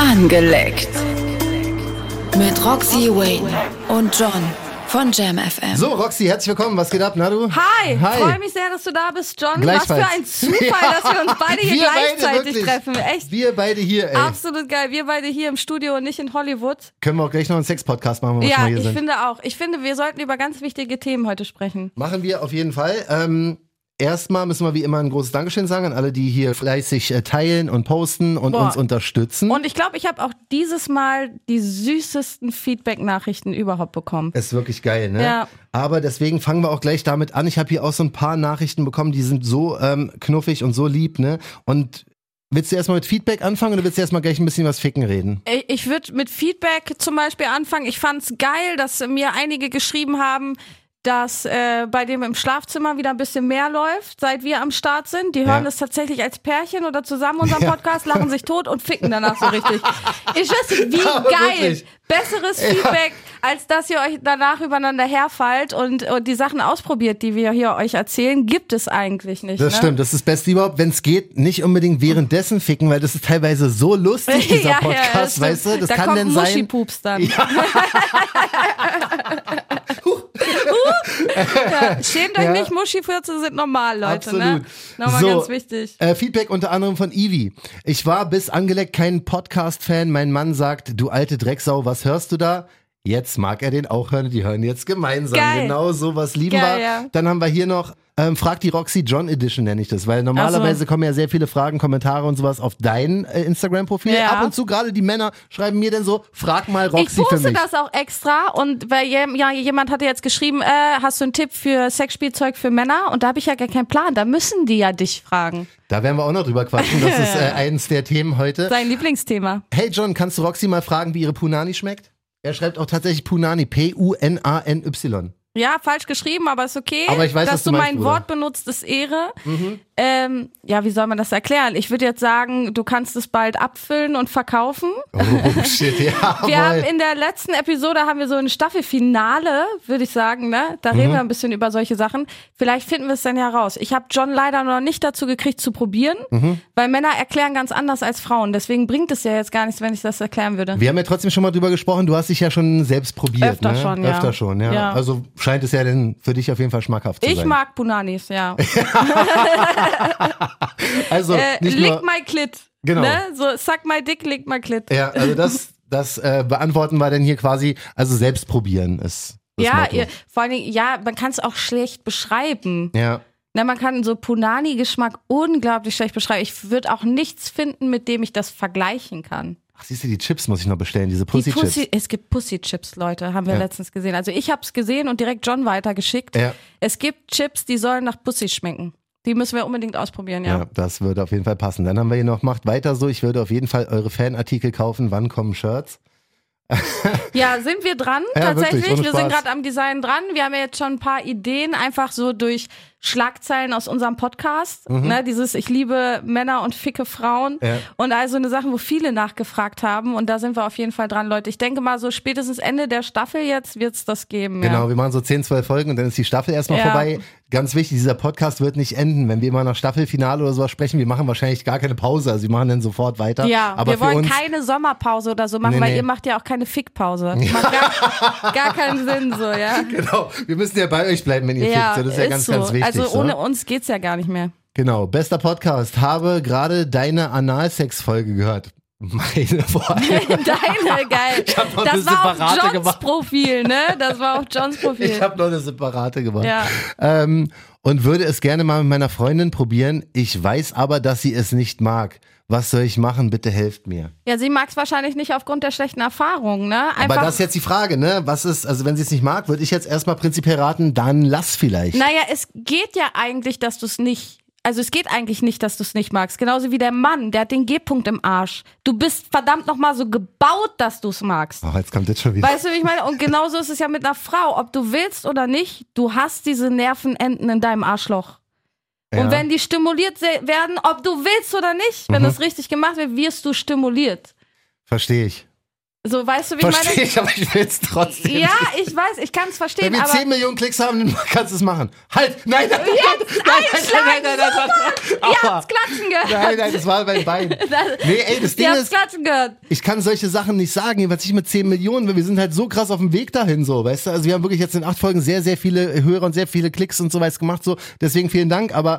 Angeleckt. Mit Roxy Wayne und John von Jam FM. So, Roxy, herzlich willkommen. Was geht ab, na du? Hi, freue mich sehr, dass du da bist, John. Was für ein Zufall, dass wir uns beide hier gleichzeitig treffen. Echt? Wir beide hier, ey. Absolut geil. Wir beide hier im Studio und nicht in Hollywood. Können wir auch gleich noch einen Sex-Podcast machen, wenn wir schon mal hier sind. Ja, ich finde auch. Ich finde, wir sollten über ganz wichtige Themen heute sprechen. Machen wir auf jeden Fall. Erstmal müssen wir wie immer ein großes Dankeschön sagen an alle, die hier fleißig teilen und posten und uns unterstützen. Und ich glaube, ich habe auch dieses Mal die süßesten Feedback-Nachrichten überhaupt bekommen. Ist wirklich geil, ne? Ja. Aber deswegen fangen wir auch gleich damit an. Ich habe hier auch so ein paar Nachrichten bekommen, die sind so knuffig und so lieb, ne? Und willst du erstmal mit Feedback anfangen oder willst du erstmal gleich ein bisschen was Ficken reden? Ich würde mit Feedback zum Beispiel anfangen. Ich fand's geil, dass mir einige geschrieben haben, dass bei dem im Schlafzimmer wieder ein bisschen mehr läuft, seit wir am Start sind. Die hören das tatsächlich als Pärchen oder zusammen unseren Podcast, lachen sich tot und ficken danach so richtig. Ich weiß, wie geil. Wirklich? Besseres Feedback, als dass ihr euch danach übereinander herfallt und die Sachen ausprobiert, die wir hier euch erzählen, gibt es eigentlich nicht. Das stimmt, das ist das Beste überhaupt. Wenn es geht, nicht unbedingt währenddessen ficken, weil das ist teilweise so lustig, dieser Podcast, weißt du? Das da kann kommt denn sein. Muschi-Pups dann. Ja. Ja, schämt euch nicht, Muschifürze sind normal, Leute. Absolut. Ne? Nochmal so, ganz wichtig. Feedback unter anderem von Ivi. Ich war bis angeleckt kein Podcast-Fan. Mein Mann sagt, du alte Drecksau, was hörst du da? Jetzt mag er den auch hören. Die hören jetzt gemeinsam. Geil. Genau so was lieben Geil, wir. ja. Dann haben wir hier noch Frag die Roxy John Edition, nenne ich das, weil normalerweise kommen ja sehr viele Fragen, Kommentare und sowas auf dein Instagram-Profil. Ja. Ab und zu, gerade die Männer schreiben mir dann so, frag mal Roxy Ich für poste mich. das auch extra und weil jemand hatte jetzt geschrieben, hast du einen Tipp für Sexspielzeug für Männer? Und da habe ich ja gar keinen Plan, da müssen die ja dich fragen. Da werden wir auch noch drüber quatschen, das ist eins der Themen heute. Sein Lieblingsthema. Hey John, kannst du Roxy mal fragen, wie ihre Punani schmeckt? Er schreibt auch tatsächlich Punani, P-U-N-A-N-Y. Ja, falsch geschrieben, aber ist okay. Aber ich weiß, dass was du du meinst, mein Bruder. Wort benutzt, ist Ehre. Ja, wie soll man das erklären? Ich würde jetzt sagen, du kannst es bald abfüllen und verkaufen. Oh shit, ja. Wir haben in der letzten Episode so ein Staffelfinale, würde ich sagen, ne? Da reden wir ein bisschen über solche Sachen. Vielleicht finden wir es dann ja raus. Ich habe John leider noch nicht dazu gekriegt zu probieren, weil Männer erklären ganz anders als Frauen. Deswegen bringt es ja jetzt gar nichts, wenn ich das erklären würde. Wir haben ja trotzdem schon mal drüber gesprochen, du hast dich ja schon selbst probiert. Öfter ne? schon, ja. Öfter schon, ja. Ja. Also scheint es ja denn für dich auf jeden Fall schmackhaft zu sein. Ich mag Punanis, ja. Also nicht lick nur, my clit. Genau. Ne? So, suck my dick, lick my clit. ja, also das beantworten wir dann hier quasi, also selbst probieren ist das Ja, Motto. vor allen Dingen, man kann es auch schlecht beschreiben. Ja. Na, man kann so Punani-Geschmack unglaublich schlecht beschreiben. Ich würde auch nichts finden, mit dem ich das vergleichen kann. Ach, siehst du, die Chips muss ich noch bestellen, diese Pussy-Chips. Es gibt Pussy-Chips, Leute, haben wir letztens gesehen. Also ich habe es gesehen und direkt John weitergeschickt. Ja. Es gibt Chips, die sollen nach Pussy schmecken. Die müssen wir unbedingt ausprobieren, ja. Ja, das würde auf jeden Fall passen. Dann haben wir hier noch, macht weiter so, ich würde auf jeden Fall eure Fanartikel kaufen, wann kommen Shirts? Ja, sind wir dran, Ja, tatsächlich. wirklich, ohne Wir sind Spaß. gerade am Design dran. Wir haben ja jetzt schon ein paar Ideen, einfach so durch Schlagzeilen aus unserem Podcast. Ne, dieses Ich liebe Männer und ficke Frauen. Ja. Und also eine Sache, wo viele nachgefragt haben. Und da sind wir auf jeden Fall dran, Leute. Ich denke mal, so spätestens Ende der Staffel jetzt wird's das geben. Genau, Ja. wir machen so 10, 12 Folgen und dann ist die Staffel erstmal Ja. vorbei. Ganz wichtig, dieser Podcast wird nicht enden. Wenn wir mal nach Staffelfinale oder sowas sprechen, wir machen wahrscheinlich gar keine Pause. Also wir machen dann sofort weiter. Ja, aber wir für wollen uns, keine Sommerpause oder so machen, Nee, weil nee. ihr macht ja auch keine Fickpause. Das macht gar keinen Sinn so, ja. Genau, wir müssen ja bei euch bleiben, wenn ihr Ja, fickt. So, das ist ja ganz, so. ganz wichtig. Also so. ohne uns geht's ja gar nicht mehr. Genau, bester Podcast. Habe gerade deine Analsex-Folge gehört. Meine Worte. Deine, geil. hab noch eine Das war auf separate Johns gemacht. Profil, ne? Das war auf Johns Profil. Ich habe noch eine separate gemacht. Ja. Und würde es gerne mal mit meiner Freundin probieren. Ich weiß aber, dass sie es nicht mag. Was soll ich machen? Bitte helft mir. Ja, sie mag es wahrscheinlich nicht aufgrund der schlechten Erfahrungen, ne? Aber das ist jetzt die Frage, ne? Was ist, also wenn sie es nicht mag, würde ich jetzt erstmal prinzipiell raten, dann lass vielleicht. Naja, es geht ja eigentlich, dass du es nicht. Also es geht eigentlich nicht, dass du es nicht magst. Genauso wie der Mann, der hat den G-Punkt im Arsch. Du bist verdammt nochmal so gebaut, dass du es magst. Ach, jetzt kommt das schon wieder. Weißt du, wie ich meine? Und genauso ist es ja mit einer Frau. Ob du willst oder nicht, du hast diese Nervenenden in deinem Arschloch. Ja. Und wenn die stimuliert werden, ob du willst oder nicht, wenn das richtig gemacht wird, wirst du stimuliert. Verstehe ich. So, weißt du, wie ich meine? Verstehe ich, aber ich will es trotzdem. Ja, ich weiß, ich kann es verstehen, Wenn wir aber 10 Millionen Klicks haben, dann kannst du es machen. Halt! Nein! Ihr habt's klatschen gehört. Nein, das war beim Bein. Nee, ey, das Ding Ihr habt's ist, klatschen gehört. ich kann solche Sachen nicht sagen, jedenfalls nicht mit 10 Millionen, weil wir sind halt so krass auf dem Weg dahin, so, weißt du? Also wir haben wirklich jetzt in 8 Folgen sehr, sehr viele Hörer und sehr viele Klicks und so was gemacht, so. Deswegen vielen Dank, aber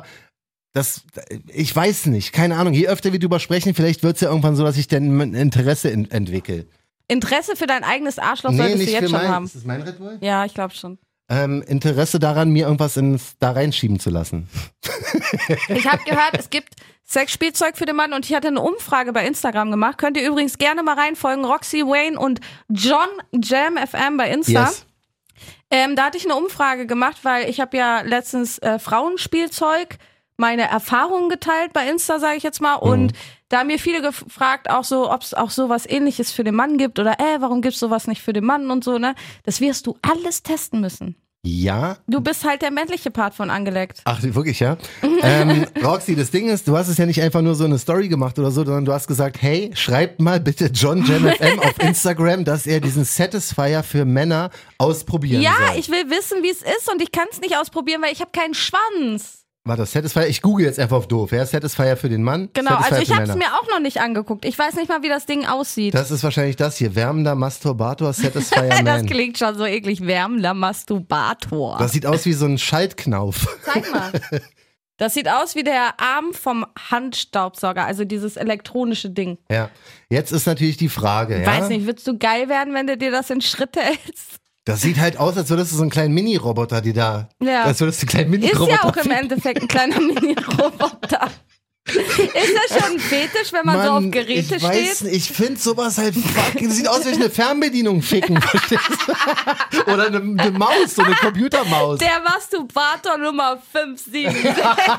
ich weiß nicht, keine Ahnung. Je öfter wir drüber sprechen, vielleicht wird's ja irgendwann so, dass ich dann ein Interesse entwickle. Interesse für dein eigenes Arschloch solltest du jetzt schon haben. Ist das mein Red Bull? Ja, ich glaube schon. Interesse daran, mir irgendwas da reinschieben zu lassen. Ich habe gehört, es gibt Sexspielzeug für den Mann und ich hatte eine Umfrage bei Instagram gemacht. Könnt ihr übrigens gerne mal reinfolgen. Roxy Wayne und John Jam FM bei Insta. Yes. Da hatte ich eine Umfrage gemacht, weil ich habe ja letztens Frauenspielzeug, meine Erfahrungen geteilt bei Insta, sage ich jetzt mal. Und da haben mir viele gefragt, auch so, ob es auch sowas Ähnliches für den Mann gibt oder warum gibt's sowas nicht für den Mann und so, ne? Das wirst du alles testen müssen. Ja. Du bist halt der männliche Part von angeleckt. Ach, wirklich, ja? Roxy, das Ding ist, du hast es ja nicht einfach nur so eine Story gemacht oder so, sondern du hast gesagt, hey, schreibt mal bitte John Jam FM auf Instagram, dass er diesen Satisfier für Männer ausprobieren soll. Ja, ich will wissen, wie es ist und ich kann es nicht ausprobieren, weil ich habe keinen Schwanz. Warte, Satisfier, ich google jetzt einfach auf doof, ja? Satisfier für den Mann. Genau, Satisfier also ich für habe es Männer. mir auch noch nicht angeguckt. Ich weiß nicht mal, wie das Ding aussieht. Das ist wahrscheinlich das hier, wärmender Masturbator Satisfier Das Man. klingt schon so eklig, wärmender Masturbator. Das sieht aus wie so ein Schaltknauf. Zeig mal. Das sieht aus wie der Arm vom Handstaubsauger, also dieses elektronische Ding. Ja, jetzt ist natürlich die Frage, ja? Weiß nicht, würdest du geil werden, wenn du dir das in Schritte hältst? Das sieht halt aus, als würdest du so einen kleinen Mini-Roboter, Ja. als würdest du einen kleinen Ist Mini-Roboter. ja auch im Endeffekt ein kleiner Mini-Roboter. Ist das schon ein Fetisch, wenn man so auf Geräte ich weiß steht? nicht, ich finde sowas halt fucking, das sieht aus wie eine Fernbedienung ficken, verstehst du? Oder eine Maus, so eine Computermaus. Der Masturbator Nummer 576.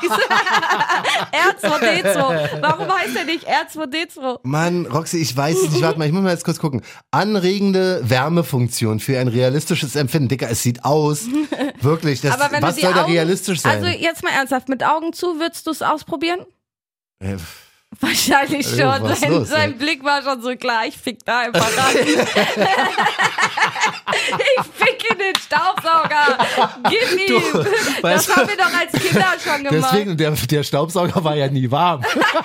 R2D2. Warum heißt der nicht R2D2? Mann, Roxy, ich weiß es nicht, warte mal, ich muss mal jetzt kurz gucken. Anregende Wärmefunktion für ein realistisches Empfinden. Dicker, es sieht aus, wirklich, Aber wenn was du die soll da Augen, realistisch sein? Also jetzt mal ernsthaft, mit Augen zu, würdest du es ausprobieren? Äh, Wahrscheinlich schon. was los, Sein ey? Blick war schon so klar, ich fick da einfach rein. Ich fick in den Staubsauger. Gib ihm. Das weißt du, haben wir doch als Kinder schon gemacht. Deswegen, der Staubsauger war ja nie warm.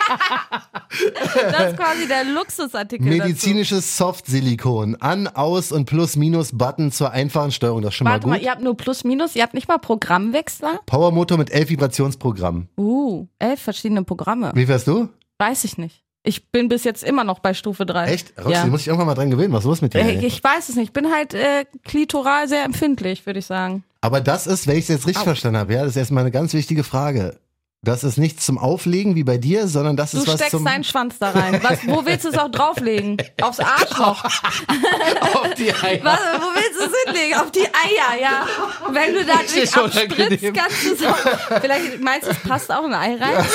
Das ist quasi der Luxusartikel Medizinisches Soft-Silikon. An-, Aus- und Plus-Minus-Button zur einfachen Steuerung. Das ist schon dazu. Warte mal mal, gut. ihr habt nur Plus, Minus, ihr habt nicht mal Programmwechsler? Powermotor mit 11 Vibrationsprogrammen. 11 verschiedene Programme. Wie fährst du? Weiß ich nicht. Ich bin bis jetzt immer noch bei Stufe 3. Echt? Roxy, Ja. muss ich irgendwann mal dran gewöhnen. Was ist los mit dir? ey? Ich weiß es nicht. Ich bin halt klitoral sehr empfindlich, würde ich sagen. Aber das ist, wenn ich es jetzt richtig verstanden habe, ja, das ist erstmal eine ganz wichtige Frage. Das ist nichts zum Auflegen wie bei dir, sondern das Du ist was steckst zum... deinen Schwanz da rein. Wo willst du es auch drauflegen? Aufs Arschloch. auf die Eier. Wo willst du es hinlegen? Auf die Eier, ja. Wenn du da Richtig nicht abspritzt, unangenehm. kannst du so... Vielleicht meinst du, es passt auch ein Ei rein?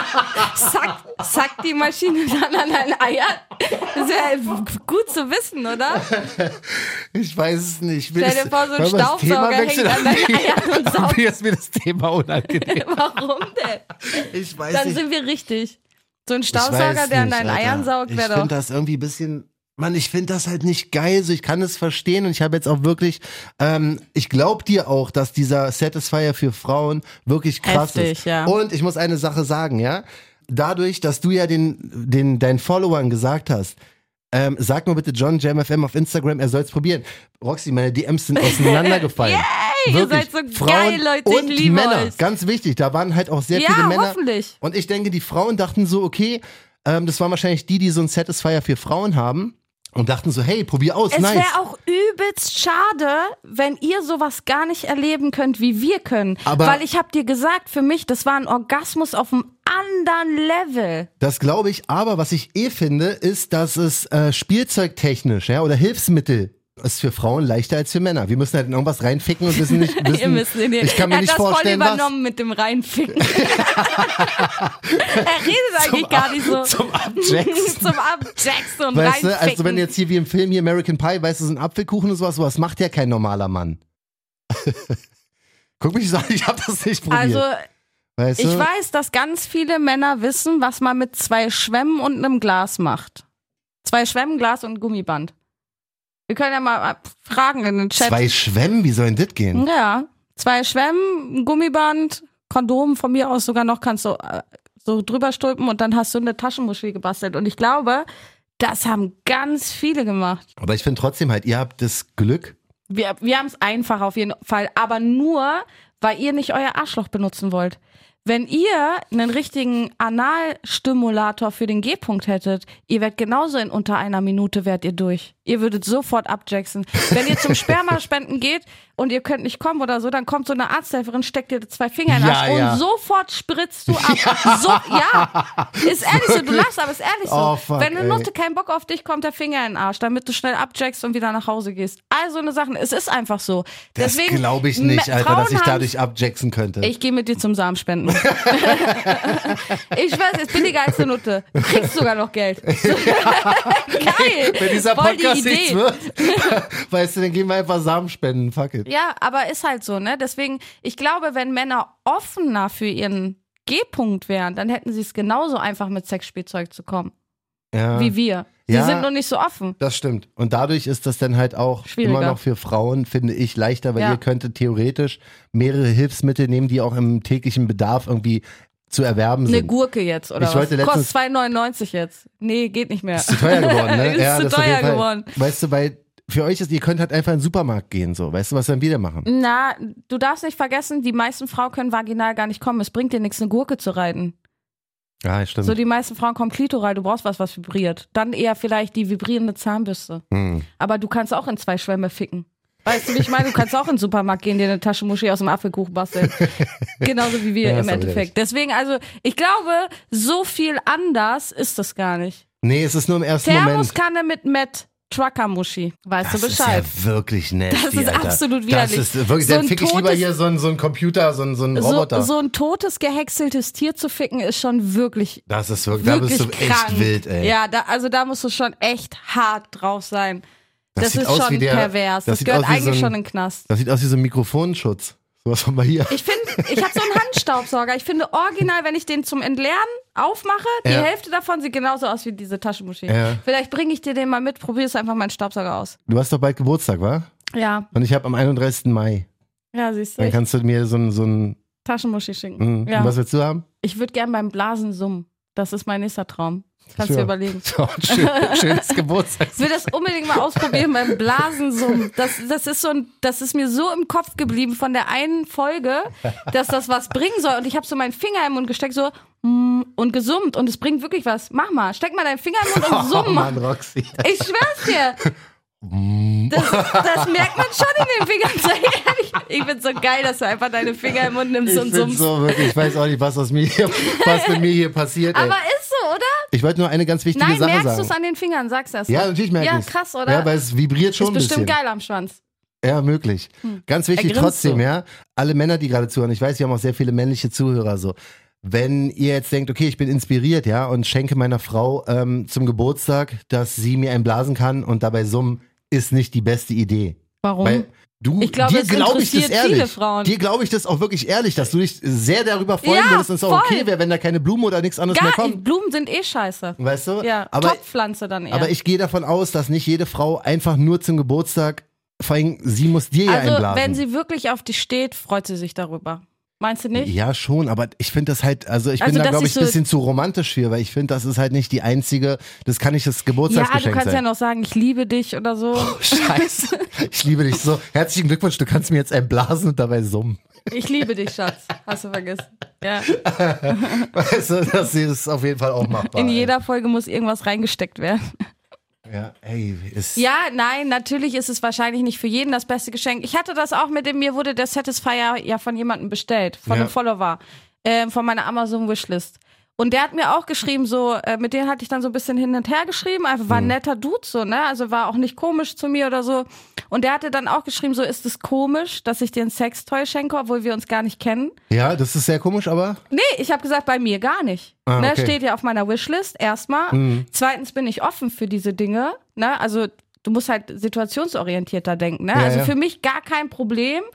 Zack die Maschine dann an dein Eier. Das ist ja gut zu wissen, oder? Ich weiß es nicht. Stell dir vor, so ein Staubsauger hängt an deinen Eiern und saugt. Mir ist mir das Thema unangenehm. Warum denn? Ich weiß Dann nicht. sind wir richtig. So ein Ich Staubsauger, weiß der an nicht, deinen Alter. Eiern saugt, Ich wäre finde doch... das irgendwie ein bisschen... Mann, ich finde das halt nicht geil. So, ich kann es verstehen und ich habe jetzt auch wirklich... ich glaube dir auch, dass dieser Satisfier für Frauen wirklich krass Heftig, ist. ja. Und ich muss eine Sache sagen, ja. Dadurch, dass du ja deinen Followern gesagt hast, sag mal bitte John Jam FM auf Instagram, er soll es probieren. Roxy, meine DMs sind auseinandergefallen. Yay, ihr Wirklich. seid so Frauen geil, Leute, ich und liebe Männer, euch. ganz wichtig, da waren halt auch sehr Ja, viele Männer. hoffentlich. Und ich denke, die Frauen dachten so, okay, das waren wahrscheinlich die so einen Satisfier für Frauen haben und dachten so, hey, probier aus, Es nice. wäre auch übelst schade, wenn ihr sowas gar nicht erleben könnt, wie wir können. Aber- Weil ich hab dir gesagt, für mich, das war ein Orgasmus auf einem anderen Level. Das glaube ich, aber was ich finde, ist, dass es spielzeugtechnisch, ja, oder Hilfsmittel ist für Frauen leichter als für Männer. Wir müssen halt in irgendwas reinficken und wissen, Ihr müsst in den, ich kann mir er hat nicht das voll vorstellen, was. übernommen mit dem Reinficken. Er redet eigentlich gar nicht so. Zum Abjacksen. Zum Abjacksen und Weißt du, reinficken. also wenn jetzt hier wie im Film hier American Pie, weißt du, so ein Apfelkuchen und sowas macht ja kein normaler Mann. Guck mich so an, ich hab das nicht probiert. Also, weißt du? ich weiß, dass ganz viele Männer wissen, was man mit 2 Schwämmen und einem Glas macht. 2 Schwämmen, Glas und Gummiband. Wir können ja mal fragen in den Chat. 2 Schwämmen, wie soll denn das gehen? Ja, 2 Schwämmen, ein Gummiband, Kondom von mir aus sogar noch, kannst du so drüber stülpen und dann hast du eine Taschenmuschi gebastelt. Und ich glaube, das haben ganz viele gemacht. Aber ich finde trotzdem halt, ihr habt das Glück. Wir haben es einfach auf jeden Fall, aber nur, weil ihr nicht euer Arschloch benutzen wollt. Wenn ihr einen richtigen Analstimulator für den G-Punkt hättet, ihr wärt genauso in unter einer Minute wärt ihr durch. Ihr würdet sofort abjacksen. Wenn ihr zum Spermaspenden geht und ihr könnt nicht kommen oder so, dann kommt so eine Arzthelferin, steckt dir 2 Finger in den Arsch und sofort spritzt du ab. Ist ehrlich so, du lachst, aber ist ehrlich so. Oh, fuck, wenn eine Nutte keinen Bock auf dich, kommt der Finger in den Arsch, damit du schnell abjackst und wieder nach Hause gehst. All so eine Sachen, es ist einfach so. Das glaube ich nicht, Alter, dass ich dadurch abjacksen könnte. Ich gehe mit dir zum Samenspenden. Ich schwör's, ist billiger als eine Nutte. Du kriegst sogar noch Geld. Geil. Wenn dieser Podcast nichts wird, weißt du, dann gehen wir einfach Samen spenden. Fuck it. Ja, aber ist halt so, ne? Deswegen, ich glaube, wenn Männer offener für ihren G-Punkt wären, dann hätten sie es genauso einfach mit Sexspielzeug zu kommen. Ja. Wie wir. Sie sind nur nicht so offen. Das stimmt. Und dadurch ist das dann halt auch immer noch für Frauen, finde ich, leichter, weil ihr könntet theoretisch mehrere Hilfsmittel nehmen, die auch im täglichen Bedarf irgendwie zu erwerben sind. Eine Gurke jetzt, oder was? Kostet 2,99 jetzt. Nee, geht nicht mehr. Ist zu teuer geworden, ne? Ist zu teuer geworden. Weißt du, weil für euch ist, ihr könnt halt einfach in den Supermarkt gehen, so. Weißt du, was dann wieder machen? Na, du darfst nicht vergessen, die meisten Frauen können vaginal gar nicht kommen. Es bringt dir nichts, eine Gurke zu reiten. Ja, stimmt. So, die meisten Frauen kommen klitoral, du brauchst was vibriert. Dann eher vielleicht die vibrierende Zahnbürste. Aber du kannst auch in 2 Schwämme ficken. Weißt du, wie ich meine? Du kannst auch in den Supermarkt gehen, dir eine Taschenmuschi aus dem Apfelkuchen basteln. Genauso wie wir im Endeffekt. Deswegen, also, ich glaube, so viel anders ist das gar nicht. Nee, es ist nur im ersten Moment. Thermoskanne mit Matt. Trucker-Muschi. Weißt du Bescheid? Das ist ja wirklich nasty, Das ist Alter. absolut widerlich. Das ist wirklich, dann fick ich lieber hier so einen Computer, so einen Roboter. So ein totes, gehäckseltes Tier zu ficken, ist schon wirklich Das ist wirklich da bist du krank. echt wild, ey. Ja, da musst du schon echt hart drauf sein. Das sieht ist aus schon wie pervers. Das gehört eigentlich schon in den Knast. Das sieht aus wie so ein Mikrofonschutz. Sowas haben wir hier. Ich habe so einen Handstaubsauger. Ich finde original, wenn ich den zum Entleeren aufmache, die Hälfte davon sieht genauso aus wie diese Taschenmuschi. Ja. Vielleicht bringe ich dir den mal mit, probierst einfach meinen Staubsauger aus. Du hast doch bald Geburtstag, wa? Ja. Und ich habe am 31. Mai. Ja, siehst du. Dann kannst du mir so ein Taschenmuschi schenken. Ja. Und was willst du haben? Ich würde gern beim Blasen summen. Das ist mein nächster Traum. Kannst du dir überlegen. So, schönes Geburtstag. Ich will das unbedingt mal ausprobieren beim Blasensummen. Das ist mir so im Kopf geblieben von der einen Folge, dass das was bringen soll. Und ich habe so meinen Finger im Mund gesteckt, so und gesummt. Und es bringt wirklich was. Mach mal, steck mal deinen Finger im Mund und summ. Oh Mann, Roxy. Ich schwör's dir. Das merkt man schon in den Fingern. Ich find's so geil, dass du einfach deine Finger im Mund nimmst und summst. So wirklich, ich weiß auch nicht, was mit mir hier passiert. Aber ist so, oder? Ich wollte nur eine ganz wichtige Sache sagen. Merkst du es an den Fingern? Sag's erst mal. Ja, natürlich merke ich es. Ja, krass, oder? Ja, weil es vibriert schon ein bisschen. Ist bestimmt geil am Schwanz. Ja, möglich. Ganz wichtig trotzdem, so. ja. Alle Männer, die gerade zuhören, ich weiß, wir haben auch sehr viele männliche Zuhörer so. Wenn ihr jetzt denkt, okay, ich bin inspiriert, ja, und schenke meiner Frau zum Geburtstag, dass sie mir einblasen kann und dabei summen, ist nicht die beste Idee. Warum? Weil ich glaube, dir glaube ich das ehrlich. Viele Frauen. Dir glaube ich das auch wirklich ehrlich, dass du dich sehr darüber freuen würdest und es auch okay wäre, wenn da keine Blumen oder nichts anderes mehr kommt. Blumen sind eh scheiße. Weißt du? Ja, aber, Topfpflanze dann eher. Aber ich gehe davon aus, dass nicht jede Frau einfach nur zum Geburtstag, vor allem sie muss dir ja einblasen. Also wenn sie wirklich auf dich steht, freut sie sich darüber. Meinst du nicht? Ja, schon, aber ich finde das halt, also ich bin da, glaube ich, ein bisschen zu romantisch für, weil ich finde, das ist halt nicht die einzige, das kann nicht das Geburtstagsgeschenk sein. Ja, du kannst ja noch sagen, ich liebe dich oder so. Oh, scheiße, ich liebe dich so. Herzlichen Glückwunsch, du kannst mir jetzt einblasen und dabei summen. Ich liebe dich, Schatz. Hast du vergessen. Ja. Weißt du, das ist auf jeden Fall auch machbar. In jeder Folge muss irgendwas reingesteckt werden. Ja, ey, ja, nein, natürlich ist es wahrscheinlich nicht für jeden das beste Geschenk. Ich hatte das auch mir wurde der Satisfier ja von jemandem bestellt, von einem Follower, von meiner Amazon Wishlist. Und der hat mir auch geschrieben, so, mit denen hatte ich dann so ein bisschen hin und her geschrieben, einfach war ein netter Dude, so, ne, also war auch nicht komisch zu mir oder so. Und der hatte dann auch geschrieben, so, ist es komisch, dass ich dir ein Sextoy schenke, obwohl wir uns gar nicht kennen? Ja, das ist sehr komisch, aber? Nee, ich habe gesagt, bei mir gar nicht. Ah, ne, okay. steht ja auf meiner Wishlist, erstmal. Zweitens bin ich offen für diese Dinge, ne, also du musst halt situationsorientierter denken, ne, Ja, also ja. für mich gar kein Problem,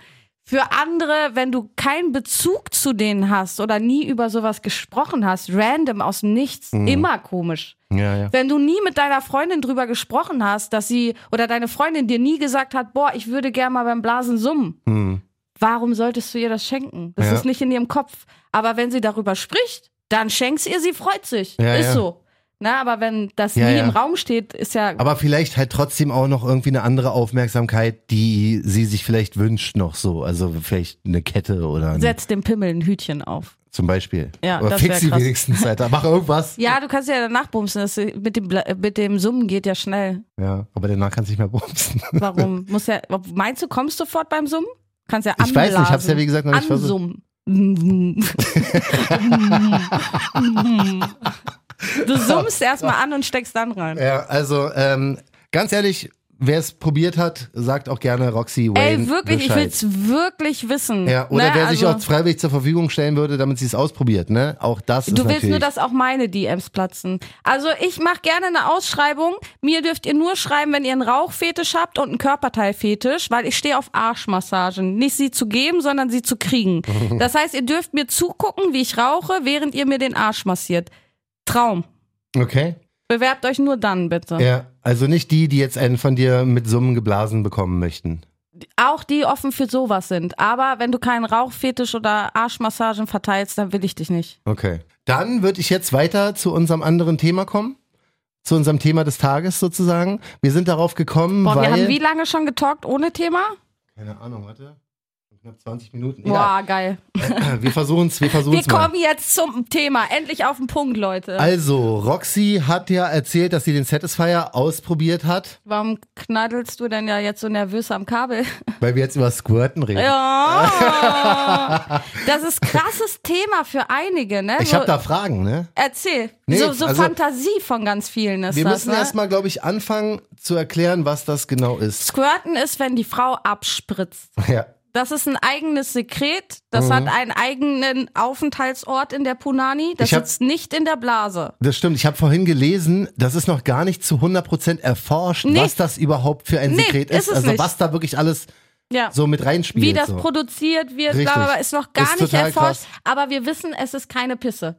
Für andere, wenn du keinen Bezug zu denen hast oder nie über sowas gesprochen hast, random aus dem Nichts, immer komisch. Ja. Wenn du nie mit deiner Freundin drüber gesprochen hast, dass sie oder deine Freundin dir nie gesagt hat, boah, ich würde gerne mal beim Blasen summen. Warum solltest du ihr das schenken? Das ist nicht in ihrem Kopf. Aber wenn sie darüber spricht, dann schenkst ihr, sie freut sich. Ist so. Na, aber wenn das nie im Raum steht, ist ja... Aber vielleicht halt trotzdem auch noch irgendwie eine andere Aufmerksamkeit, die sie sich vielleicht wünscht noch so. Also vielleicht eine Kette oder... Setz dem Pimmel ein Hütchen auf. Zum Beispiel. Ja, oder das fix sie krass. wenigstens, Alter. Mach irgendwas. Ja, du kannst ja danach bumsen. Das mit dem Summen geht ja schnell. Ja, aber danach kannst du nicht mehr bumsen. Warum? Meinst du, kommst du sofort beim Summen? Kannst ja Ich weiß nicht, ich hab's ja wie gesagt noch nicht versucht. Ansummen. Du summst erstmal an und steckst dann rein. Ja, also ganz ehrlich, wer es probiert hat, sagt auch gerne Roxy Wayne. Ey, wirklich, Bescheid. ich will's wirklich wissen. Ja, oder ne? wer sich auch freiwillig zur Verfügung stellen würde, damit sie es ausprobiert, ne? Auch das ist Du willst natürlich... nur, dass auch meine DMs platzen. Also ich mache gerne eine Ausschreibung. Mir dürft ihr nur schreiben, wenn ihr einen Rauchfetisch habt und einen Körperteilfetisch, weil ich stehe auf Arschmassagen. Nicht sie zu geben, sondern sie zu kriegen. Das heißt, ihr dürft mir zugucken, wie ich rauche, während ihr mir den Arsch massiert. Traum. Okay. Bewerbt euch nur dann, bitte. Ja, also nicht die jetzt einen von dir mit Summen geblasen bekommen möchten. Auch die offen für sowas sind. Aber wenn du keinen Rauchfetisch oder Arschmassagen verteilst, dann will ich dich nicht. Okay. Dann würde ich jetzt weiter zu unserem anderen Thema kommen. Zu unserem Thema des Tages sozusagen. Wir sind darauf gekommen, Boah, weil... wir haben wie lange schon getalkt ohne Thema? Keine Ahnung, warte. Knapp 20 Minuten. Boah, geil. Wir versuchen's Wir mal. kommen jetzt zum Thema. Endlich auf den Punkt, Leute. Also, Roxy hat ja erzählt, dass sie den Satisfier ausprobiert hat, Warum knaddelst du denn ja jetzt so nervös am Kabel? weil wir jetzt über Squirten reden. Ja. Das ist krasses Thema für einige, ne? Ich habe da Fragen, ne? Erzähl. Nee, so also- Fantasie von ganz vielen ist Wir das, müssen ne? erstmal, glaube ich, anfangen zu erklären, was das genau ist. Squirten ist, wenn die Frau abspritzt. Ja. Das ist ein eigenes Sekret. Das hat einen eigenen Aufenthaltsort in der Punani. Das Ich hab- sitzt nicht in der Blase. Das stimmt. Ich habe vorhin gelesen, das ist noch gar nicht zu 100% erforscht, Nee. was das überhaupt für ein Nee, Sekret ist ist. es Also nicht. was da wirklich alles Ja. so mit reinspielt. Wie das so. produziert wird, Richtig. bla, bla, bla, ist noch gar Ist nicht total erforscht. krass. Aber wir wissen, es ist keine Pisse.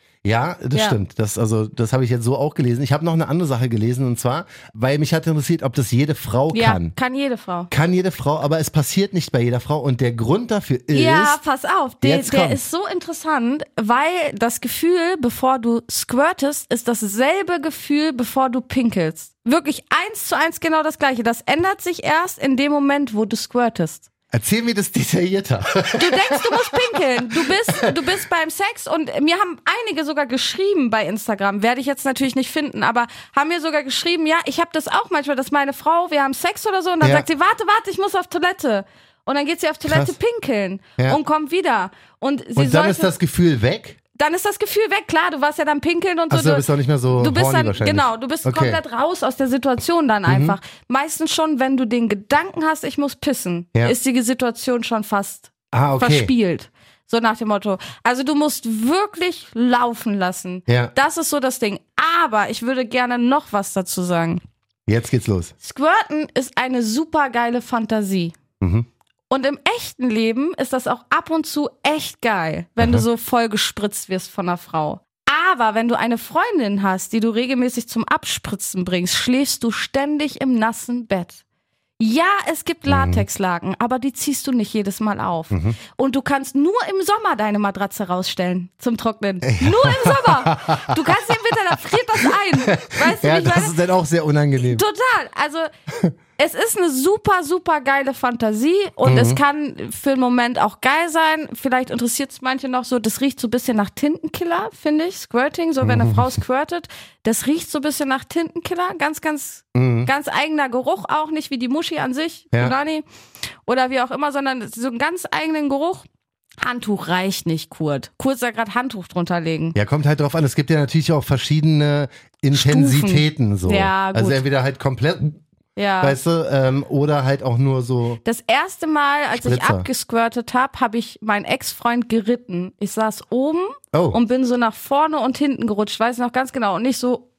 Ja, das Ja. stimmt. Das habe ich jetzt so auch gelesen. Ich habe noch eine andere Sache gelesen, und zwar, weil mich hat interessiert, ob das jede Frau Ja, kann. kann jede Frau. Kann jede Frau, aber es passiert nicht bei jeder Frau. Und der Grund dafür ist, Ja, pass auf, der Jetzt kommt's. ist so interessant, weil das Gefühl, bevor du squirtest, ist dasselbe Gefühl, bevor du pinkelst. Wirklich 1:1 genau das gleiche. Das ändert sich erst in dem Moment, wo du squirtest. erzähl mir das detaillierter. Du denkst, du musst pinkeln. Du bist beim Sex und mir haben einige sogar geschrieben bei Instagram, werde ich jetzt natürlich nicht finden, aber haben mir sogar geschrieben, ja, ich habe das auch manchmal, dass meine Frau, wir haben Sex oder so und dann Ja. sagt sie, warte, ich muss auf Toilette. Und dann geht sie auf Toilette Krass. pinkeln Ja. und kommt wieder. Und sie Und dann sollte, ist das Gefühl weg. dann ist das Gefühl weg, klar, du warst ja dann pinkeln und so. Achso, du bist auch nicht mehr so Du bist horny dann, wahrscheinlich. genau, du bist Okay. komplett raus aus der Situation dann einfach. Meistens schon, wenn du den Gedanken hast, ich muss pissen, Ja. ist die Situation schon fast Ah, okay. verspielt. So nach dem Motto. Also du musst wirklich laufen lassen. Ja. Das ist so das Ding. Aber ich würde gerne noch was dazu sagen. Jetzt geht's los. Squirten ist eine super geile Fantasie. Mhm. Und im echten Leben ist das auch ab und zu echt geil, wenn du so voll gespritzt wirst von einer Frau. Aber wenn du eine Freundin hast, die du regelmäßig zum Abspritzen bringst, schläfst du ständig im nassen Bett. Ja, es gibt Latexlaken, aber die ziehst du nicht jedes Mal auf. Und du kannst nur im Sommer deine Matratze rausstellen zum Trocknen. Nur im Sommer. Du kannst im Winter, da friert das ein. Weißt du, Ja, wie ich meine? das ist dann auch sehr unangenehm. Total. Also es ist eine super, super geile Fantasie und es kann für einen Moment auch geil sein. Vielleicht interessiert es manche noch so, das riecht so ein bisschen nach Tintenkiller, finde ich. Squirting, so wenn eine Frau squirtet, das riecht so ein bisschen nach Tintenkiller. Ganz, ganz, ganz eigener Geruch auch, nicht wie die Muschi an sich, Ja. Punani, oder wie auch immer, sondern so einen ganz eigenen Geruch. Handtuch reicht nicht, Kurt. Kurt soll gerade Handtuch drunter legen. Ja, kommt halt drauf an. Es gibt ja natürlich auch verschiedene Intensitäten. So. Ja, gut. Also entweder halt komplett, Ja. weißt du, oder halt auch nur so. Das erste Mal, als ich Spritzer. abgesquirtet habe ich meinen Ex-Freund geritten. Ich saß oben Oh. und bin so nach vorne und hinten gerutscht, weiß ich noch ganz genau. Und nicht so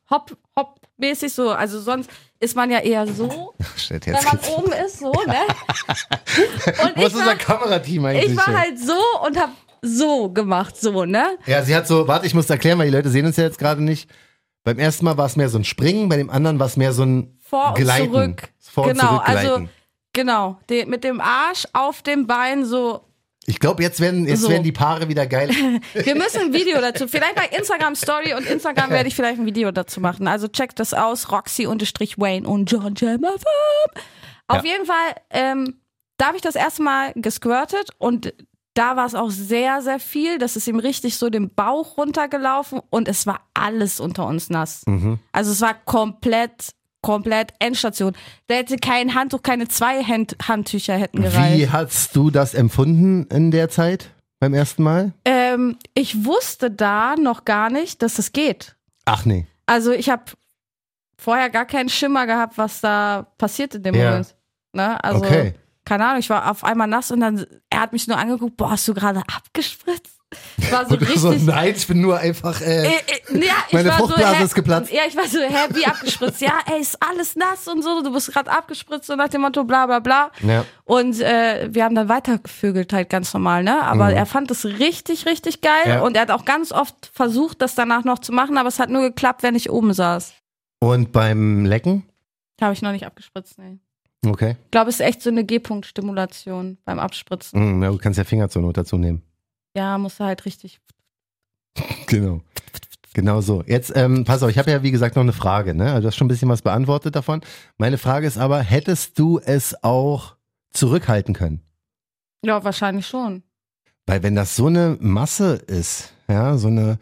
Hop-mäßig so. Also sonst ist man ja eher so, Shit, wenn jetzt man geht's. oben ist, so, ne? Und Wo ist unser Kamerateam eigentlich? ich war halt so und hab so gemacht, so, ne? Ja, sie hat so, warte, ich muss erklären, weil die Leute sehen uns ja jetzt gerade nicht. Beim ersten Mal war es mehr so ein Springen, bei dem anderen war es mehr so ein Vor und Gleiten. zurück. Vor und Genau, zurück gleiten. also, genau, mit dem Arsch auf dem Bein so. Ich glaube, jetzt werden die Paare wieder geil. Wir müssen ein Video dazu, vielleicht bei Instagram Story und Instagram werde ich vielleicht ein Video dazu machen. Also checkt das aus, Roxy_Wayne und John Jammer. Auf jeden Fall, da habe ich das erste Mal gesquirtet und da war es auch sehr, sehr viel. Das ist ihm richtig so den Bauch runtergelaufen und es war alles unter uns nass. Also es war komplett Endstation. Da hätte kein Handtuch, keine 2 Handtücher hätten gereicht. Wie hast du das empfunden in der Zeit beim ersten Mal? Ich wusste da noch gar nicht, dass es geht. Ach nee. Also ich habe vorher gar keinen Schimmer gehabt, was da passiert in dem Ja. Moment. Ne? Also, Okay. keine Ahnung, ich war auf einmal nass und dann, er hat mich nur angeguckt, boah, hast du gerade abgespritzt? Ich war so Und du richtig. so, nein, ich bin nur einfach, Ja, meine ich war Fruchtblase so, ist geplatzt. Ja, ich war so, wie abgespritzt? Ja, ey, ist alles nass und so, du bist gerade abgespritzt, so nach dem Motto, bla bla bla. Ja. Und wir haben dann weitergevögelt halt ganz normal, ne? Aber er fand es richtig, richtig geil Ja. und er hat auch ganz oft versucht, das danach noch zu machen, aber es hat nur geklappt, wenn ich oben saß. Und beim Lecken? Habe ich noch nicht abgespritzt, ne. Okay. Ich glaube, es ist echt so eine G-Punkt-Stimulation beim Abspritzen. Ja, du kannst ja Finger zur Not dazu nehmen. Ja, musst du halt richtig. Genau. Genau so. Jetzt, pass auf, ich habe ja wie gesagt noch eine Frage, ne? Also du hast schon ein bisschen was beantwortet davon. Meine Frage ist aber, hättest du es auch zurückhalten können? Ja, wahrscheinlich schon. Weil wenn das so eine Masse ist, ja, so eine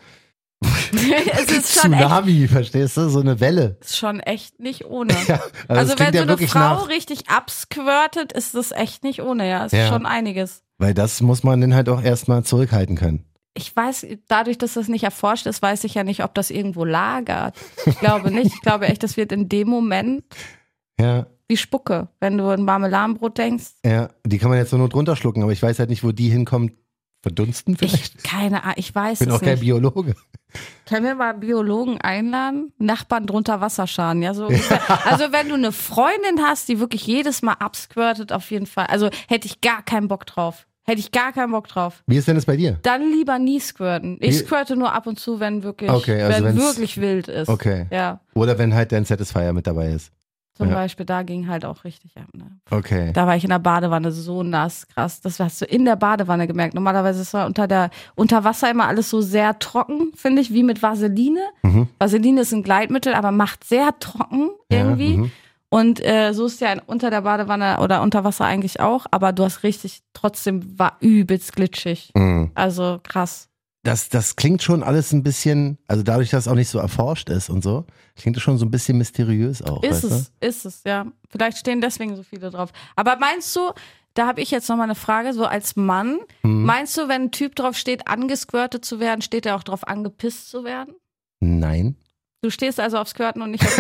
Es ist schon Tsunami, verstehst du? So eine Welle. Ist schon echt nicht ohne. Ja, Also das wenn klingt so ja eine wirklich Frau nach, richtig absquirtet, ist das echt nicht ohne, ja. Ist Ja. schon einiges. weil das muss man dann halt auch erstmal zurückhalten können. Ich weiß, dadurch, dass das nicht erforscht ist, weiß ich ja nicht, ob das irgendwo lagert. Ich glaube nicht. Ich glaube echt, das wird in dem Moment Ja, wie Spucke, wenn du an Marmeladenbrot denkst. ja, die kann man jetzt zur Not runterschlucken, aber ich weiß halt nicht, wo die hinkommt. Verdunsten vielleicht? Keine Ahnung, ich weiß Ich bin es auch kein nicht. Biologe. Können wir mal Biologen einladen? Nachbarn drunter Wasserschaden, ja, so ungefähr. Also wenn du eine Freundin hast, die wirklich jedes Mal absquirtet, auf jeden Fall. Also hätte ich gar keinen Bock drauf. Hätte ich gar keinen Bock drauf. Wie ist denn das bei dir? Dann lieber nie squirten. Ich Wie- squirte nur ab und zu, wenn wirklich, Okay, also wenn wenn's- wirklich wild ist. Okay. Ja, Oder wenn halt dein Satisfier mit dabei ist. zum Ja. Beispiel, da ging halt auch richtig ab. Ne? Okay. Da war ich in der Badewanne so nass, krass. Das hast du in der Badewanne gemerkt. Normalerweise ist ja unter Wasser immer alles so sehr trocken, finde ich, wie mit Vaseline. Mhm. Vaseline ist ein Gleitmittel, aber macht sehr trocken irgendwie. Ja, mhm. Und so ist ja unter der Badewanne oder unter Wasser eigentlich auch. Aber du hast trotzdem war übelst glitschig. Mhm. Also krass. Das klingt schon alles ein bisschen, also dadurch, dass es auch nicht so erforscht ist und so, klingt es schon so ein bisschen mysteriös auch. Ist weißt es, ja. Vielleicht stehen deswegen so viele drauf. Aber meinst du, da habe ich jetzt nochmal eine Frage, so als Mann, meinst du, wenn ein Typ drauf steht, angesquirtet zu werden, steht er auch drauf, angepisst zu werden? du? Nein. Du stehst also auf Squirten und nicht auf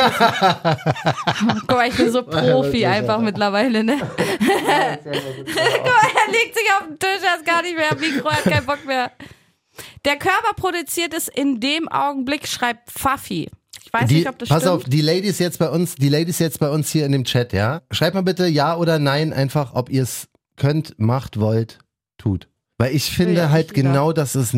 Pissen. Guck mal, ich bin so Profi einfach mittlerweile, ne? Guck mal, er legt sich auf den Tisch, er ist gar nicht mehr am Mikro, er hat keinen Bock mehr. Der Körper produziert es in dem Augenblick, schreibt Pfaffi. Ich weiß nicht, ob das pass stimmt. auf, die Ladies jetzt bei uns hier in dem Chat, ja? Schreibt mal bitte ja oder nein einfach, ob ihr es könnt, macht, wollt, tut. Weil ich finde Ja, halt ich wieder. genau, dass es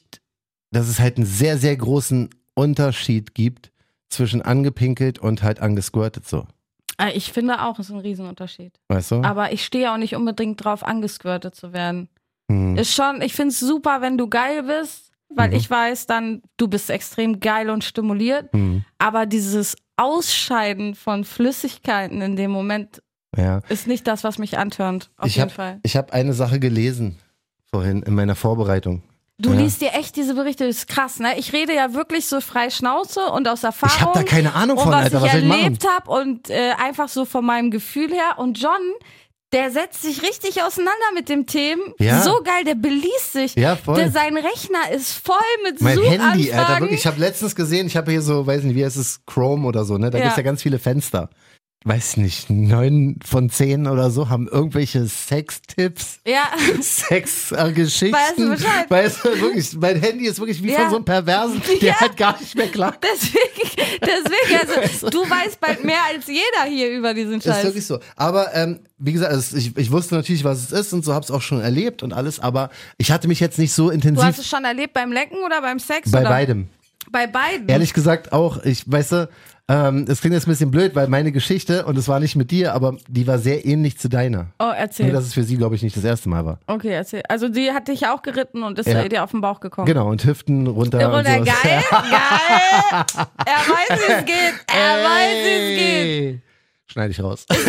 halt einen sehr, sehr großen Unterschied gibt zwischen angepinkelt und halt angesquirtet so. Ich finde auch, es ist ein Riesenunterschied. Weißt du? Aber ich stehe auch nicht unbedingt drauf, angesquirtet zu werden. Hm. Ist schon, ich finde es super, wenn du geil bist, weil Mhm. ich weiß dann, du bist extrem geil und stimuliert. Hm. Aber dieses Ausscheiden von Flüssigkeiten in dem Moment Ja. ist nicht das, was mich antörnt. Auf Ich jeden Fall. habe eine Sache gelesen vorhin in meiner Vorbereitung. Du Ja. liest dir echt diese Berichte, das ist krass, ne? Ich rede ja wirklich so frei Schnauze und aus Erfahrung. Ich habe da keine Ahnung und von, was Alter. ich Was soll ich machen? erlebt habe und einfach so von meinem Gefühl her. Und John, der setzt sich richtig auseinander mit dem Themen. Ja. So geil, der beließt sich. Ja, voll. Sein Rechner ist voll mit Mein Suchanfragen. Handy, Alter, wirklich. Ich habe letztens gesehen, ich habe hier so, weiß nicht, wie heißt es, Chrome oder so, ne? Da Ja. gibt's ja ganz viele Fenster. weiß nicht, 9 von 10 oder so haben irgendwelche Sextipps, Ja. Sexgeschichten. Weißt du Bescheid? Weißt du, wirklich, mein Handy ist wirklich wie Ja. von so einem Perversen, der Ja. halt gar nicht mehr klar. Deswegen, also du weißt bald mehr als jeder hier über diesen Ist Scheiß. wirklich so. Aber wie gesagt, ich wusste natürlich, was es ist und so, hab's auch schon erlebt und alles, aber ich hatte mich jetzt nicht so Du intensiv hast es schon erlebt beim Lecken oder beim Sex? bei oder? beidem. Bei beiden? Ehrlich gesagt auch, weißt du, es klingt jetzt ein bisschen blöd, weil meine Geschichte, und es war nicht mit dir, aber die war sehr ähnlich zu deiner. Oh, Nur, erzähl. dass es für sie, glaube ich, nicht das erste Mal war. Okay, erzähl. Also die hat dich auch geritten und ist Ja. dir auf den Bauch gekommen. Genau, und Hüften runter und Runter, sowas. geil, geil. Er weiß, wie es geht. Er weiß, wie es geht. Ey. Schneide ich raus. Oh,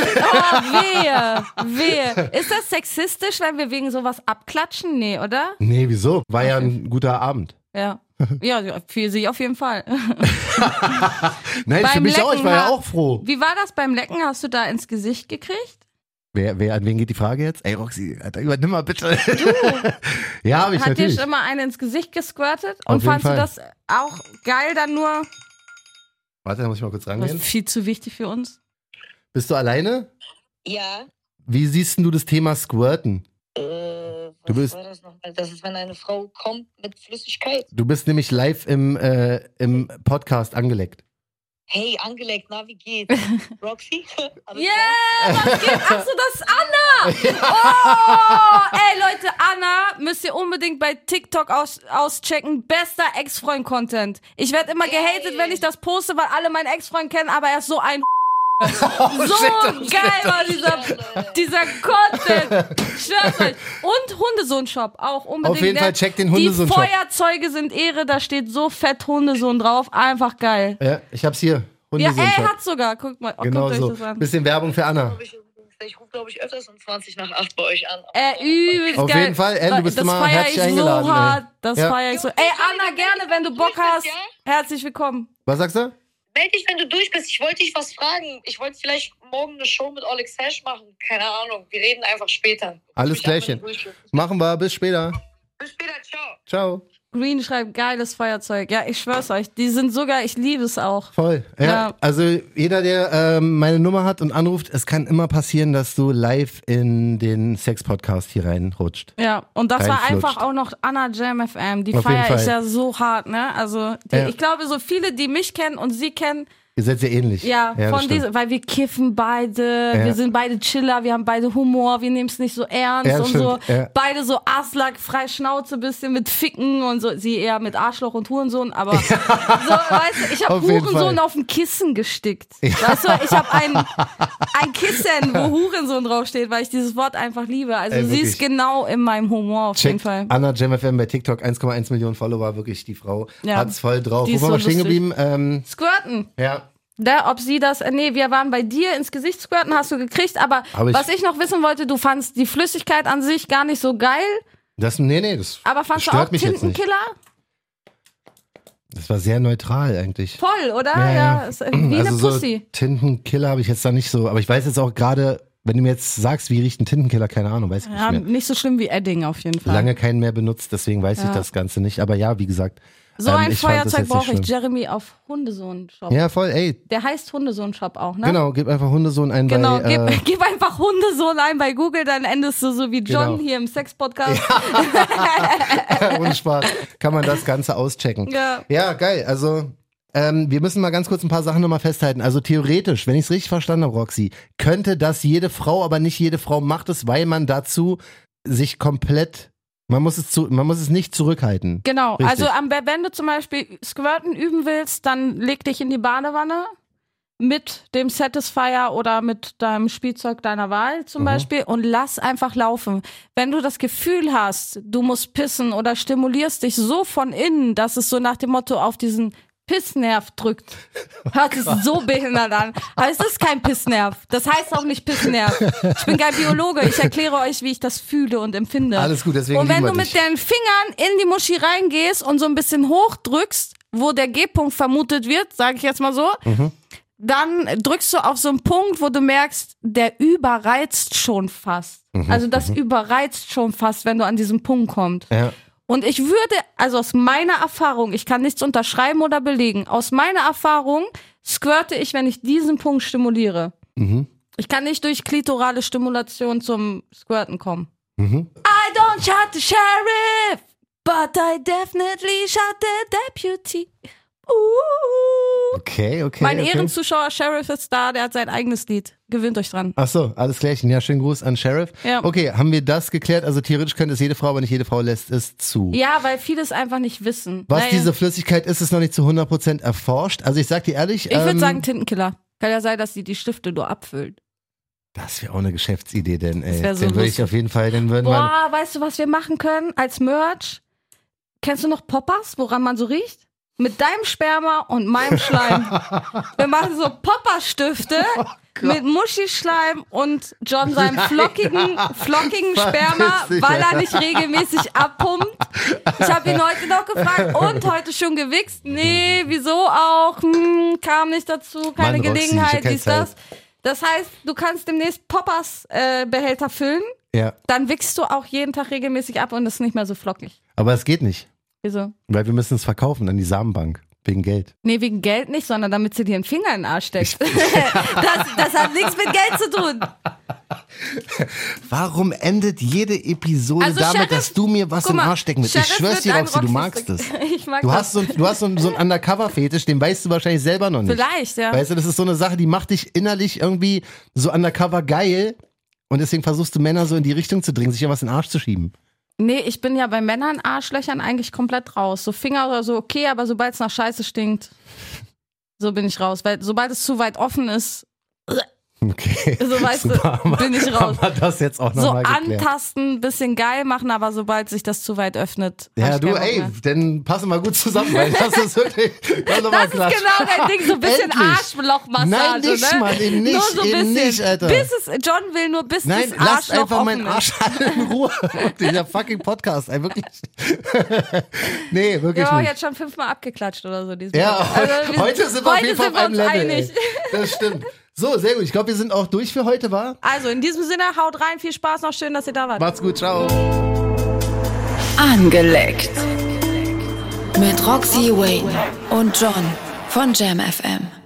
wehe. Ist das sexistisch, wenn wir wegen sowas abklatschen? Nee, oder? Nee, wieso? War ja ein guter Abend. Ja. Ja, für sie auf jeden Fall. Nein, für Beim mich auch, ich Lecken war ja war- auch froh. Wie war das beim Lecken? Hast du da ins Gesicht gekriegt? An wen geht die Frage jetzt? Ey, Roxy, Alter, übernimm mal bitte. Ja, hab ich Hat dir natürlich. schon mal eine ins Gesicht gesquirtet? Auf Und jeden fandst Fall. du das auch geil dann nur? Warte, da muss ich mal kurz Das rangehen. ist viel zu wichtig für uns. Bist du alleine? Ja. Wie siehst denn du das Thema Squirten? Was bist- war das nochmal? Das ist, wenn eine Frau kommt mit Flüssigkeit. Du bist nämlich live im Podcast angeleckt. Hey, angelegt, na, wie geht's? Roxy? Alles Yeah, was geht? Achso, das ist Anna! Oh, ey Leute, Anna müsst ihr unbedingt bei TikTok auschecken. Bester Ex-Freund-Content. Ich werde immer gehatet, wenn ich das poste, weil alle meinen Ex-Freund kennen, aber er ist so ein so geil war dieser Content. Ich schwör's euch. Und Hundesohn-Shop auch unbedingt. Auf jeden Fall checkt den Hundesohn-Shop. Die Feuerzeuge sind Ehre, da steht so fett Hundesohn drauf. Einfach geil. Ja, ich hab's hier. Ja, Hundesohn-Shop. hat sogar. Guckt mal, Genau guckt so. euch das an. Bisschen Werbung für Anna. Ich rufe, glaube ich, öfters um 20 nach 8 bei euch an. Übelst Auf geil. jeden Fall, Ann, du bist das immer feier herzlich ich eingeladen, so ey. hart. Das Ja. feier ich so. Ey, Anna, gerne, wenn du Bock hast. Herzlich willkommen. Was sagst du? Meld dich, wenn du durch bist. Ich wollte dich was fragen. Ich wollte vielleicht morgen eine Show mit Alex Hash machen. Keine Ahnung. Wir reden einfach später. Alles Ich will mich Klärchen. einfach nicht durchführen. Machen wir, bis später. Bis später, ciao. Ciao. Green schreibt, geiles Feuerzeug. Ja, ich schwör's euch. Die sind so geil. Ich liebe es auch. Voll. Ja, Ja. Also jeder, der meine Nummer hat und anruft, es kann immer passieren, dass du live in den Sex-Podcast hier reinrutscht. Ja, und das war Reinflutscht. einfach auch noch Anna Jam FM. Die Auf jeden feier ich Fall. ja so hart, ne? Also, Ja. ich glaube, so viele, die mich kennen und sie kennen, Ihr seid sehr ähnlich. ja, das von stimmt. diese, weil wir kiffen beide, Ja. wir sind beide Chiller, wir haben beide Humor, wir nehmen es nicht so ernst Ja, und stimmt, so. ja. Beide so Aslak, frei Schnauze, bisschen mit Ficken und so. Sie eher mit Arschloch und Hurensohn, aber so, weißt du, ich habe Auf jeden Hurensohn Fall. auf ein Kissen gestickt. Weißt du, ich habe ein Kissen, wo Hurensohn draufsteht, weil ich dieses Wort einfach liebe. Also Ey, sie wirklich. ist genau in meinem Humor auf jeden Checkt Fall. Anna Jam FM bei TikTok, 1,1 Millionen Follower, wirklich die Frau Ja. hat's voll drauf. Die Wo ist waren wir so stehen lustig. geblieben? Squirten. Ja. Da, ob sie das, nee, wir waren bei dir ins Gesicht squirten, hast du gekriegt, aber Hab ich. was ich noch wissen wollte, du fandst die Flüssigkeit an sich gar nicht so geil, Nee, das aber fandst du stört auch mich jetzt nicht. Tintenkiller? Das war sehr neutral eigentlich. Voll, oder? Ja, ja. Ja, ist wie eine Also Pussy. so Tintenkiller habe ich jetzt da nicht so, aber ich weiß jetzt auch gerade, wenn du mir jetzt sagst, wie riecht ein Tintenkiller, keine Ahnung, weiß ich Ja, nicht mehr. nicht so schlimm wie Edding auf jeden Fall. Lange keinen mehr benutzt, deswegen weiß ich Ja. das Ganze nicht. Aber ja, wie gesagt. So ein ich fand das Feuerzeug jetzt nicht brauche ich, schlimm. Jeremy, auf Hundesohn-Shop. Ja, voll, ey. Der heißt Hundesohn-Shop auch, ne? Genau, gib einfach Hundesohn ein Genau, bei. gib einfach Hundesohn ein bei Google, dann endest du so wie John Genau. hier im Sex-Podcast. Ohne Spaß. Kann man das Ganze auschecken. Ja. Ja, geil. Also, wir müssen mal ganz kurz ein paar Sachen nochmal festhalten. Also theoretisch, wenn ich es richtig verstanden habe, Roxy, könnte das jede Frau, aber nicht jede Frau macht es, weil man dazu sich komplett, man muss es nicht zurückhalten. Genau, Richtig. also wenn du zum Beispiel Squirten üben willst, dann leg dich in die Badewanne mit dem Satisfier oder mit deinem Spielzeug deiner Wahl zum Beispiel und lass einfach laufen. Wenn du das Gefühl hast, du musst pissen oder stimulierst dich so von innen, dass es so nach dem Motto auf diesen Pissnerv drückt. Hört sich so behindert an. Aber es ist kein Pissnerv. Das heißt auch nicht Pissnerv. Ich bin kein Biologe. Ich erkläre euch, wie ich das fühle und empfinde. Alles gut, deswegen Und wenn lieben du wir mit dich. deinen Fingern in die Muschi reingehst und so ein bisschen hochdrückst, wo der G-Punkt vermutet wird, sage ich jetzt mal so, dann drückst du auf so einen Punkt, wo du merkst, der überreizt schon fast. Also das überreizt schon fast, wenn du an diesen Punkt kommst. Ja. Und ich würde, also aus meiner Erfahrung, ich kann nichts unterschreiben oder belegen, aus meiner Erfahrung squirte ich, wenn ich diesen Punkt stimuliere. Ich kann nicht durch klitorale Stimulation zum Squirten kommen. I don't shot the sheriff, but I definitely shot the deputy. Okay. Mein Ehrenzuschauer Sheriff ist da, der hat sein eigenes Lied. Gewöhnt euch dran. Ach so, alles klärchen. Ja, schönen Gruß an Sheriff. Ja. Okay, haben wir das geklärt? Also theoretisch könnte es jede Frau, aber nicht jede Frau lässt es zu. Ja, weil viele es einfach nicht wissen. Was diese Flüssigkeit ist noch nicht zu 100% erforscht. Also ich sag dir ehrlich. Ich würde sagen Tintenkiller. Kann ja sein, dass die Stifte nur abfüllt. Das wäre auch eine Geschäftsidee, denn ey. Das wär so den würde ich auf jeden Fall, Boah, weißt du, was wir machen können als Merch? Kennst du noch Poppers, woran man so riecht? Mit deinem Sperma und meinem Schleim. Wir machen so Popperstifte mit Muschischleim und John seinem flockigen Sperma, weil er nicht regelmäßig abpumpt. Ich habe ihn heute noch gefragt und heute schon gewichst. Nee, wieso auch? Kam nicht dazu, keine Gelegenheit, dies, das. Das heißt, du kannst demnächst Poppers-Behälter füllen, dann wichst du auch jeden Tag regelmäßig ab und ist nicht mehr so flockig. Aber es geht nicht. Wieso? Weil wir müssen es verkaufen an die Samenbank. Wegen Geld. Nee, wegen Geld nicht, sondern damit sie dir einen Finger in den Arsch steckt. Das hat nichts mit Geld zu tun. Warum endet jede Episode damit, Sheriff, dass du mir was in den Arsch stecken willst? Ich schwör's dir, Roxy, du magst es. Ich mag du hast so einen Undercover-Fetisch, den weißt du wahrscheinlich selber noch nicht. Vielleicht, ja. Weißt du, das ist so eine Sache, die macht dich innerlich irgendwie so undercover geil und deswegen versuchst du Männer so in die Richtung zu drängen, sich ja was in den Arsch zu schieben. Nee, ich bin ja bei Männern Arschlöchern eigentlich komplett raus. So Finger oder so okay, aber sobald es nach Scheiße stinkt, so bin ich raus. Weil sobald es zu weit offen ist, okay. so weißt du, bin ich raus. Aber das jetzt auch noch so mal geklärt. Antasten, bisschen geil machen, aber sobald sich das zu weit öffnet. Ja, du, dann passen wir gut zusammen, weil das ist wirklich. Das ist genau dein Ding, so ein bisschen Arschlochmassage. Nein, nicht, Mann, eben nicht, nur so ein bisschen. Nicht, Alter. John will nur bis Nein, das Arschloch lasst einfach offen meinen Arsch in Ruhe. Dieser fucking Podcast, ey, wirklich. Nee, wirklich nicht. nicht. Jetzt schon 5-mal abgeklatscht oder so. Ja, also, heute sind wir auf jeden Fall auf einem Level. Ey. Das stimmt. So, sehr gut. Ich glaube, wir sind auch durch für heute, wa? Also, in diesem Sinne, haut rein. Viel Spaß noch. Schön, dass ihr da wart. Macht's gut. Ciao. Angeleckt. Mit Roxy Wayne und John von Jam FM.